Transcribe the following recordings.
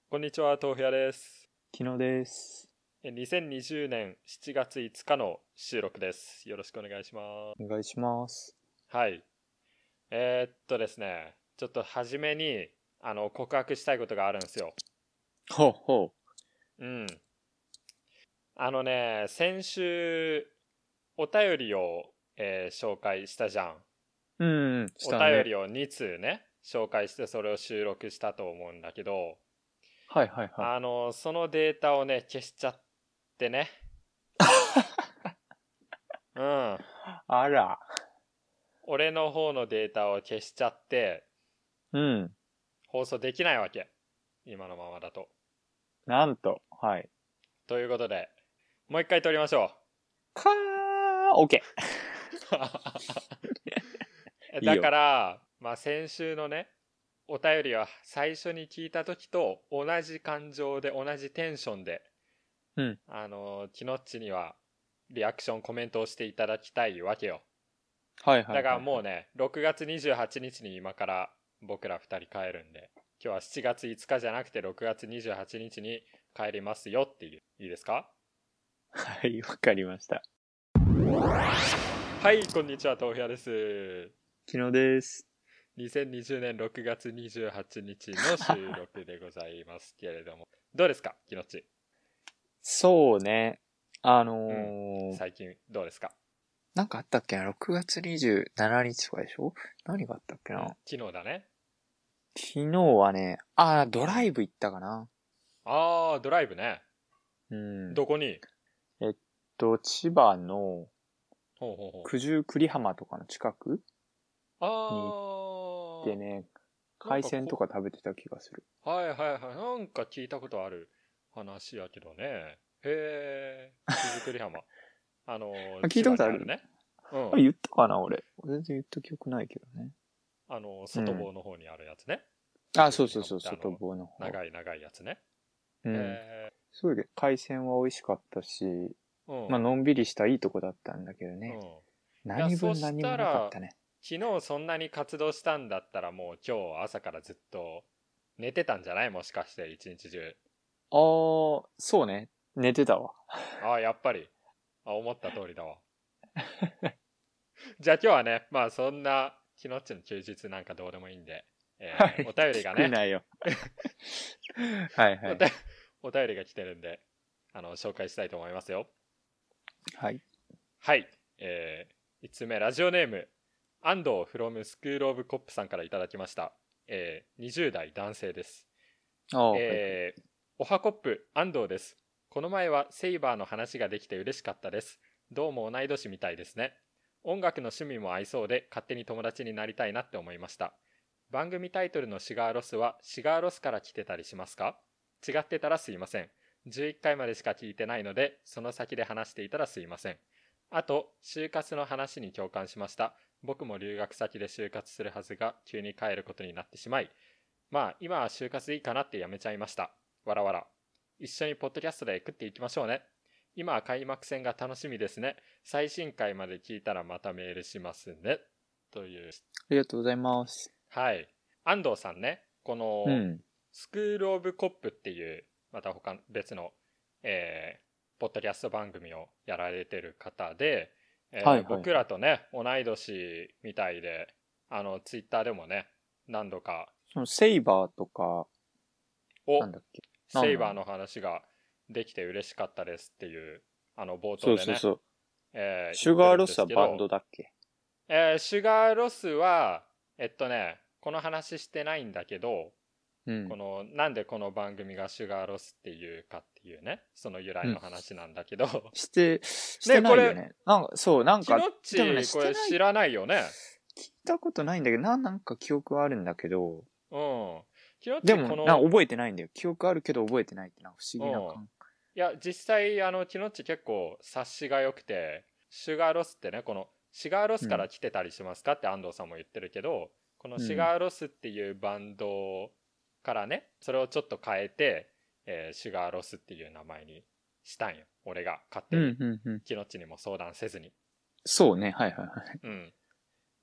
こんにちは、豆腐屋です。 昨日です。 2020年7月5日の収録です。よろしくお願いします。 お願いします。 はい。ですね、ちょっと初めに、告白したいことがあるんですよ。 ほうほうん。先週、お便りを、紹介したじゃん。 う。しおたね。 便りを2通ね、紹介してそれを収録したと思うんだけど、 はいはいはい。 そのデータをね、消しちゃってね。うん。 あら。 俺の方のデータを消しちゃってうん。 放送できないわけ、今のままだと。 なんと。はい。 ということでもう一回撮りましょかー、オッケう。 ー。いいだかよ。 ら先週のねお便りは最初に聞いた時と同じ感情で同じテンションでうん。 はいはいだからはいはい。 もうね、6月28日に今から僕ら2人帰るんで、今日は7月5日じゃなくて6月28日に帰りますよっていう、いいですか？ はい、わかりました。 はい、こんにちは、豆腐屋です。 昨日です。 2020年6月28日の収録でございますけれども、どうですか、きのっち？ そうね。 うん、最近どうですか？ なんかあったっけな？ 6 月27日とかでしょ？何があったっけな？ 昨日だね。 昨日はね、ドライブ行ったかな。 ドライブね。 うん。 どこに？ 千葉のほうほうほう。 九十九里浜とかの近くにあ行ってね、海鮮とか食べてた気がする。 はいはいはい。なんか聞いたことある話やけどね。へえ、九十九里浜。 聞い千たことある？ 葉にあるね。うん。 言ったかな俺。全然言った記憶ないけどね。 外房の方にあるやつね。 そうそうそう、外房の方。 長い長いやつね。 うん。 へすごい海鮮は美味しかったし、 うん。 のんびりしたいいとこだったんだけどね。 うん。いや、 何そし分何もなかったら、 たね。 昨日そんなに活動したんだったらもう今日朝からずっと寝てたんじゃない？もしかして一日中。 そうね。寝てたわ。 やっぱり。思った通りだわ。じゃあ今日はね、そんな、きのっちの休日なんかどうでもいいんで、 はい。 お便りが聞くね、 なよ。はいはい。 お便りが来てるんで、紹介したいと思いますよ。 はい。 はい。5つ目、ラジオネーム、安藤 from スクールオブコップさんからいただきました。20代男性です。 はいはい。 おはコップ、安藤です。この前はセイバーの話ができて嬉しかったです。どうも同い年みたいですね。音楽の趣味も合いそうで勝手に友達になりたいなって思いました。番組タイトルのシガーロスはシガーロスから来てたりしますか？違ってたらすいません。11回までしか聞いてないのでその先で話していたらすいません。あと就活の話に共感しました。僕も留学先で就活するはずが急に帰ることになってしまい、今は就活いいかなってやめちゃいました。わらわら。一緒にポッドキャストで食っていきましょうね。今は開幕戦が楽しみですね。最新回まで聞いたらまたメールしますね。という。 ありがとうございます。 はい。安藤さんね、この、スクールオブコップっていう、また別の、ポッドキャスト番組をやられてる方で、僕らとね、同い年みたいで、ツイッターでもね、何度か。 そのセイバーとか、なんだっけ？ セイバーの話ができて嬉しかったですっていう、冒頭でね。 そう。シュガーロスはバンドだっけ？ シュガーロスは、この話してないんだけど、なんでこの番組がシュガーロスっていうかっていうね、その由来の話なんだけど。 してないよね。 キノッチ、これ知らないよね。 聞いたことないんだけど、なんか記憶はあるんだけど、 でも覚えてないんだよ。記憶あるけど覚えてないって不思議な感覚。 いや、実際、キノッチ結構察しが良くて、シュガーロスってね、この、シガーロスから来てたりしますかって安藤さんも言ってるけど、このシガーロスっていうバンドからね、それをちょっと変えて、シュガーロスっていう名前にしたんよ。俺が勝手に。キノッチにも相談せずに。 そうね、はい。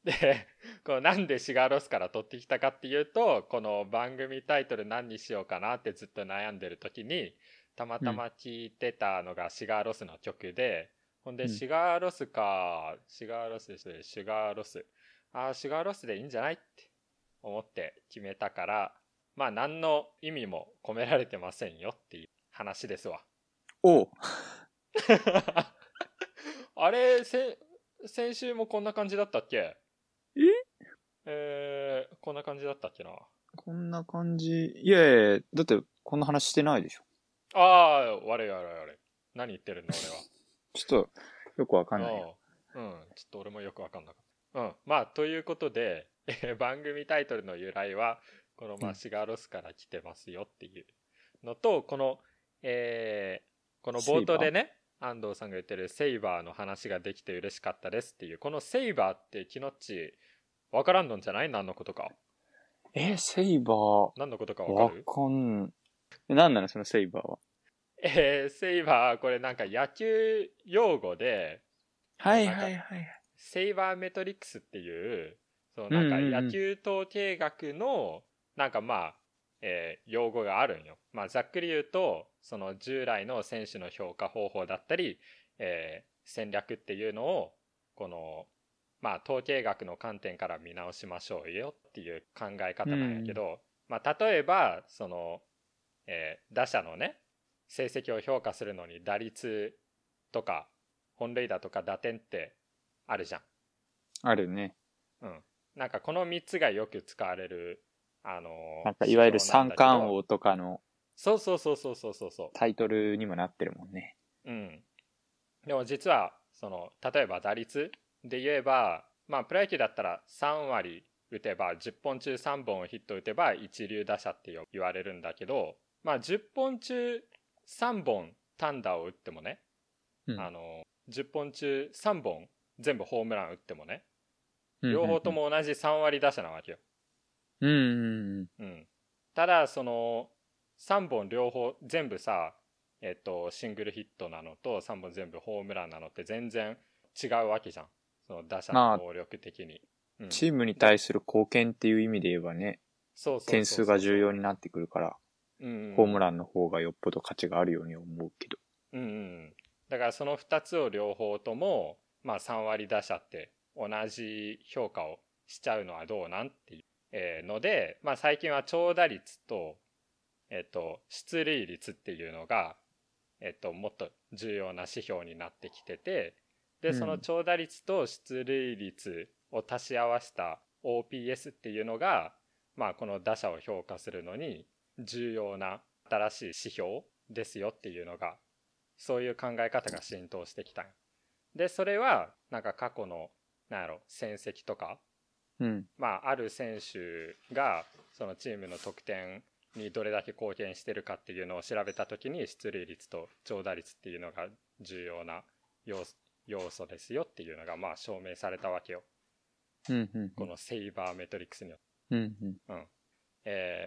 で、こうなんでシガーロスから取ってきたかっていうと、この番組タイトル何にしようかなってずっと悩んでる時に、たまたま聞いてたのがシガーロスの曲で、ほんで、シガーロスか、シガーロスですね、シガーロス。シガーロスでいいんじゃないって思って決めたから、まあ何の意味も込められてませんよっていう話ですわ。 おう。 あれ、先週もこんな感じだったっけ？こんな感じだったっけな。 こんな感じ。いやいや、だってこんな話してないでしょ。 悪い。何言ってるんだ俺は。 ちょっと、よくわかんないよ。 ちょっと俺もよくわかんなかった。まあ、ということで、番組タイトルの由来は、このシガーロスから来てますよっていうのと、この冒頭でね、安藤さんが言ってるセイバーの話ができて嬉しかったですっていう、このセイバーってキノッチ、わからんのんじゃない？何のことか。 セイバー。 何のことかわかる？ わかん。何なのそのセイバーは。 セイバー、これなんか野球用語で、 はい。 セイバーメトリックスっていう、なんか野球統計学の、なんか用語があるんよ。ざっくり言うと、その従来の選手の評価方法だったり、戦略っていうのを、この、統計学の観点から見直しましょうよっていう考え方なんやけど、例えば、打者のね、成績を評価するのに打率とか、本塁打とか打点ってあるじゃん。 あるね。 なんかこの3つがよく使われる、 なんかいわゆる三冠王とかの、 そう。 タイトルにもなってるもんね。 でも実は、例えば打率で言えば、プロ野球だったら3割打てば、10本中3本ヒット打てば一流打者って言われるんだけど、10本中3本単打を打ってもね、10本中3本全部ホームラン打ってもね、両方とも同じ3割打者なわけよ。ただ3本両方全部さ、シングルヒットなのと3本全部ホームランなのって全然違うわけじゃん。その打者の能力的に。 チームに対する貢献っていう意味で言えばね、点数が重要になってくるから、ホームランの方がよっぽど価値があるように思うけど。 だからその2つを両方とも、3割打者って同じ評価をしちゃうのはどうなんっていうので、最近は長打率と、出塁率っていうのが、もっと重要な指標になってきてて、で、その長打率と出塁率を足し合わせた OPS っていうのが、この打者を評価するのに重要な新しい指標ですよっていうのが、そういう考え方が浸透してきた。で、それは、なんか過去の、戦績とか、ある選手が、そのチームの得点にどれだけ貢献してるかっていうのを調べたときに、出塁率と長打率っていうのが重要な要素ですよっていうのが、証明されたわけよ。このセイバーメトリックスによって。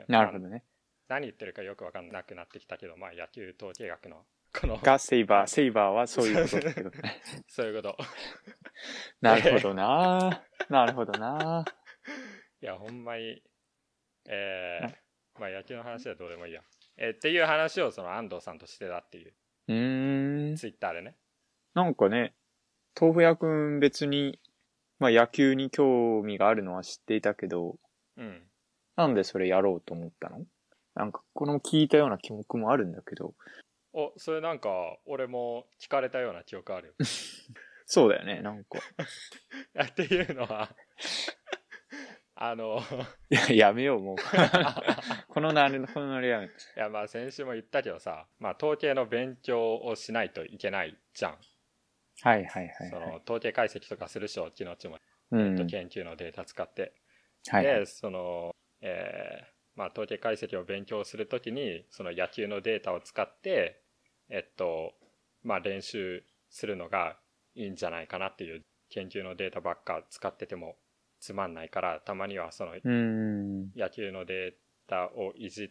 なるほどね。 何言ってるかよく分かんなくなってきたけど、野球統計学のセイバーはそういうことだけどね。 そういうこと。 なるほどな。 いや、ほんまに、野球の話はどうでもいいや。っていう話を安藤さんとしてたっていう。ツイッターでね。 なんかね、豆腐屋くん別に、野球に興味があるのは知っていたけど、なんでそれやろうと思ったの？なんかこの聞いたような記憶もあるんだけど。 それなんか俺も聞かれたような記憶あるよ。 そうだよね、なんか。 っていうのはやめようもう。このなりやめ。いや先週も言ったけどさ、統計の勉強をしないといけないじゃん。その統計解析とかするでしょ、昨日ちも、研究のデータ使って。で、統計解析を勉強するときに、その野球のデータを使って、練習するのがいいんじゃないかなっていう、研究のデータばっか使っててもつまんないから、たまにはその野球のデータをいじって、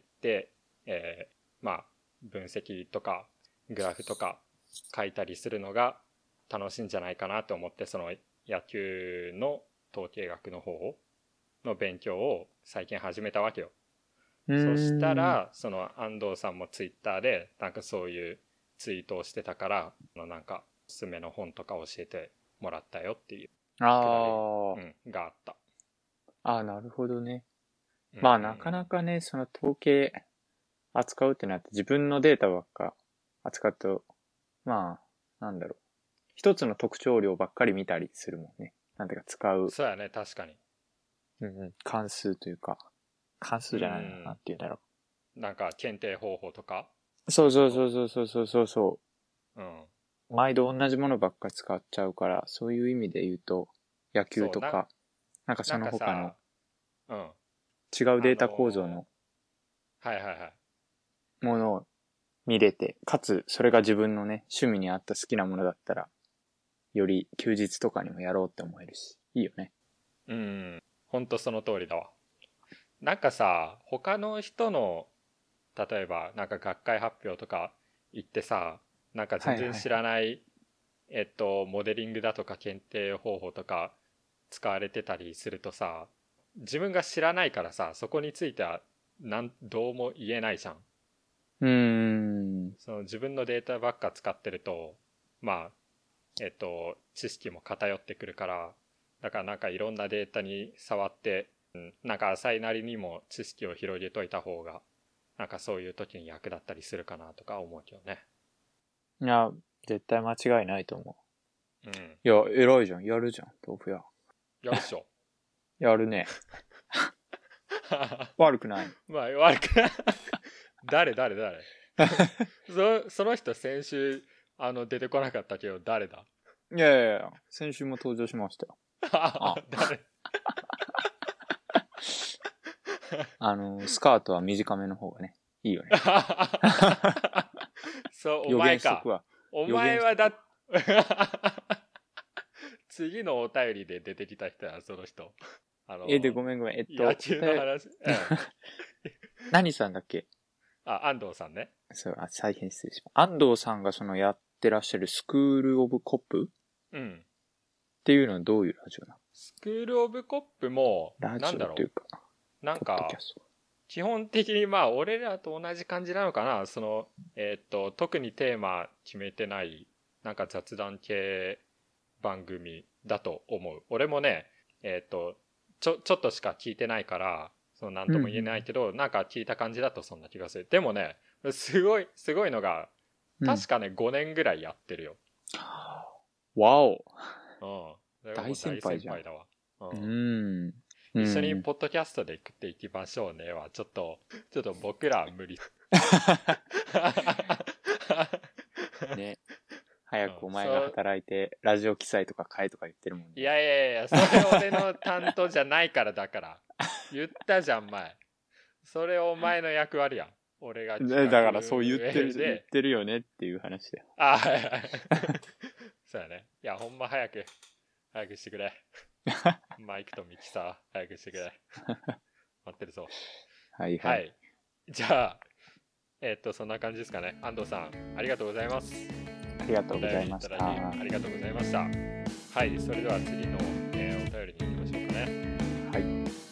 分析とかグラフとか書いたりするのが楽しいんじゃないかなと思って、その野球の統計学の方の勉強を最近始めたわけよ。そしたらその安藤さんもツイッターでなんかそういうツイートをしてたから、なんかおすすめの本とか教えてもらったよっていうくだり、があった。 なるほどね。まあなかなかね、その統計扱うってなって自分のデータばっか扱うと、まあなんだろう、一つの特徴量ばっかり見たりするもんね。なんていうか使う。 そうやね、確かに。 関数というか、関数じゃないな、なんていうんだろう。なんか検定方法とか。 そう。毎度同じものばっか使っちゃうから、そういう意味で言うと、野球とか、なんかその他の、違うデータ構造の、ものを見れて、かつそれが自分のね、趣味に合った好きなものだったら、より休日とかにもやろうって思えるし、いいよね。 ほんとその通りだわ。なんかさ、他の人の、例えばなんか学会発表とか行ってさ、なんか全然知らない、モデリングだとか検定方法とか使われてたりするとさ、自分が知らないからさ、そこについてはどうも言えないじゃん。その自分のデータばっか使ってると、まあ知識も偏ってくるから、だからなんかいろんなデータに触って、なんか浅いなりにも知識を広げといた方が、なんかそういう時に役立ったりするかなとか思うけどね。 いや、絶対間違いないと思う。いや、偉いじゃん。やるじゃん、豆腐屋。 やるっしょ。 やるね。悪くない。 まあ、悪くない。誰その人先週、出てこなかったけど、誰だ？ いや、先週も登場しましたよ。 誰？ スカートは短めの方がね、いいよね。 そう、お前か。お前は次のお便りで出てきた人はその人。 で、ごめん。 野球の話。 何さんだっけ？ 安藤さんね。 そう、大変失礼します。安藤さんがそのやってらっしゃるスクールオブコップ？っていうのはどういうラジオなの？ スクールオブコップも、 ラジオというか、 なんか、基本的にまあ、俺らと同じ感じなのかな。その、特にテーマ決めてない、なんか雑談系番組だと思う。俺もね、ちょっとしか聞いてないから、なんとも言えないけど、なんか聞いた感じだとそんな気がする。でもね、すごいのが、確かね、5年ぐらいやってるよ。 わお。 大先輩じゃん。だわ。 一緒にポッドキャストで食っていきましょうねは、ちょっと僕らは無理。 ね。早くお前が働いて、ラジオ記載とか買えとか言ってるもんね。 いや、それ俺の担当じゃないからだから。言ったじゃん、前。それお前の役割やん。俺が。 だからそう言ってるよねっていう話だよ。 はい。そうやね。いや、ほんま早くしてくれ。マイクとミキサー、早くしてくれ。待ってるぞ。 はい。 じゃあ、そんな感じですかね。安藤さん、ありがとうございます。 ありがとうございました。 ありがとうございました。はい、それでは次の、お便りに行きましょうかね。 はい。